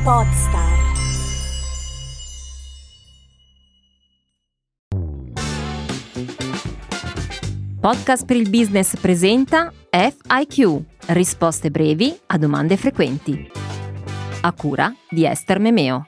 Podstar. Podcast per il Business presenta FIQ, risposte brevi a domande frequenti. A cura di Esther Memeo.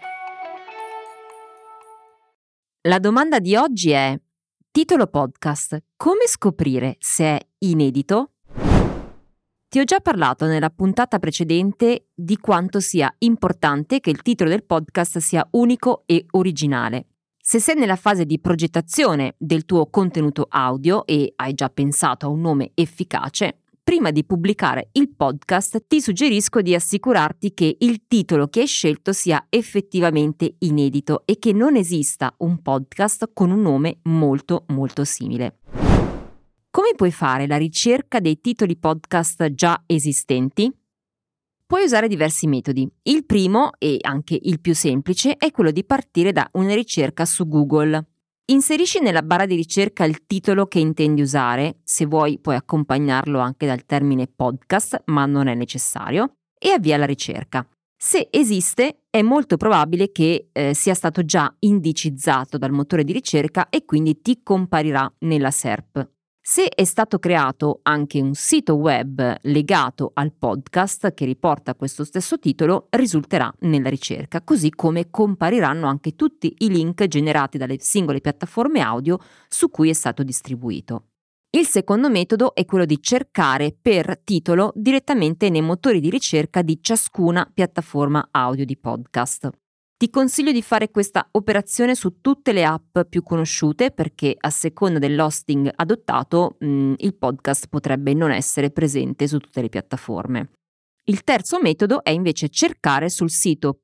La domanda di oggi è: titolo podcast, come scoprire se è inedito? Ti ho già parlato nella puntata precedente di quanto sia importante che il titolo del podcast sia unico e originale. Se sei nella fase di progettazione del tuo contenuto audio e hai già pensato a un nome efficace, prima di pubblicare il podcast ti suggerisco di assicurarti che il titolo che hai scelto sia effettivamente inedito e che non esista un podcast con un nome molto simile. Come puoi fare la ricerca dei titoli podcast già esistenti? Puoi usare diversi metodi. Il primo, e anche il più semplice, è quello di partire da una ricerca su Google. Inserisci nella barra di ricerca il titolo che intendi usare, se vuoi puoi accompagnarlo anche dal termine podcast, ma non è necessario, e avvia la ricerca. Se esiste, è molto probabile che sia stato già indicizzato dal motore di ricerca e quindi ti comparirà nella SERP. Se è stato creato anche un sito web legato al podcast che riporta questo stesso titolo, risulterà nella ricerca, così come compariranno anche tutti i link generati dalle singole piattaforme audio su cui è stato distribuito. Il secondo metodo è quello di cercare per titolo direttamente nei motori di ricerca di ciascuna piattaforma audio di podcast. Ti consiglio di fare questa operazione su tutte le app più conosciute perché a seconda dell'hosting adottato il podcast potrebbe non essere presente su tutte le piattaforme. Il terzo metodo è invece cercare sul sito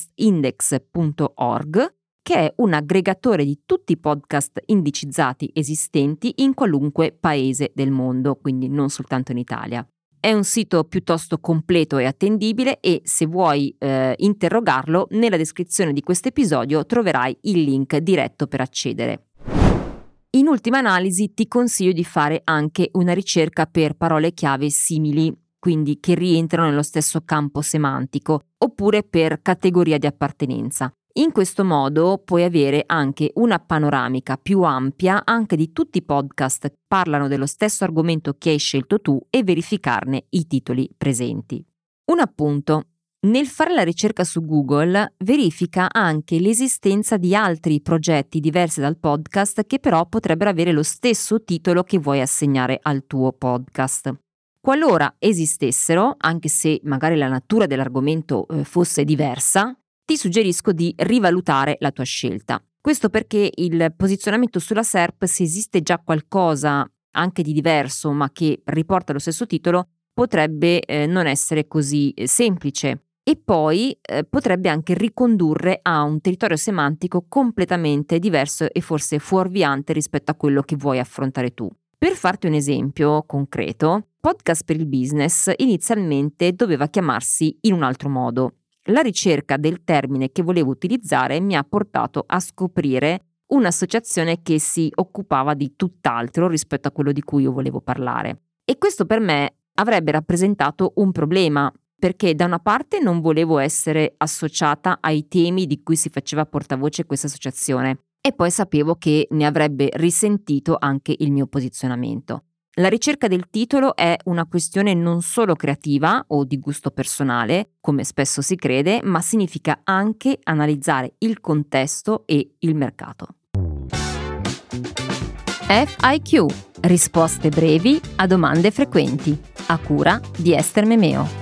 podcastindex.org, che è un aggregatore di tutti i podcast indicizzati esistenti in qualunque paese del mondo, quindi non soltanto in Italia. È un sito piuttosto completo e attendibile e se vuoi interrogarlo, nella descrizione di questo episodio troverai il link diretto per accedere. In ultima analisi ti consiglio di fare anche una ricerca per parole chiave simili, quindi che rientrano nello stesso campo semantico, oppure per categoria di appartenenza. In questo modo puoi avere anche una panoramica più ampia anche di tutti i podcast che parlano dello stesso argomento che hai scelto tu e verificarne i titoli presenti. Un appunto: nel fare la ricerca su Google verifica anche l'esistenza di altri progetti diversi dal podcast che però potrebbero avere lo stesso titolo che vuoi assegnare al tuo podcast. Qualora esistessero, anche se magari la natura dell'argomento fosse diversa, ti suggerisco di rivalutare la tua scelta. Questo perché il posizionamento sulla SERP, se esiste già qualcosa anche di diverso ma che riporta lo stesso titolo, potrebbe non essere così semplice e poi potrebbe anche ricondurre a un territorio semantico completamente diverso e forse fuorviante rispetto a quello che vuoi affrontare tu. Per farti un esempio concreto, Podcast per il Business inizialmente doveva chiamarsi in un altro modo. La ricerca del termine che volevo utilizzare mi ha portato a scoprire un'associazione che si occupava di tutt'altro rispetto a quello di cui io volevo parlare. E questo per me avrebbe rappresentato un problema, perché da una parte non volevo essere associata ai temi di cui si faceva portavoce questa associazione, e poi sapevo che ne avrebbe risentito anche il mio posizionamento. La ricerca del titolo è una questione non solo creativa o di gusto personale, come spesso si crede, ma significa anche analizzare il contesto e il mercato. FIQ, risposte brevi a domande frequenti, a cura di Esther Memeo.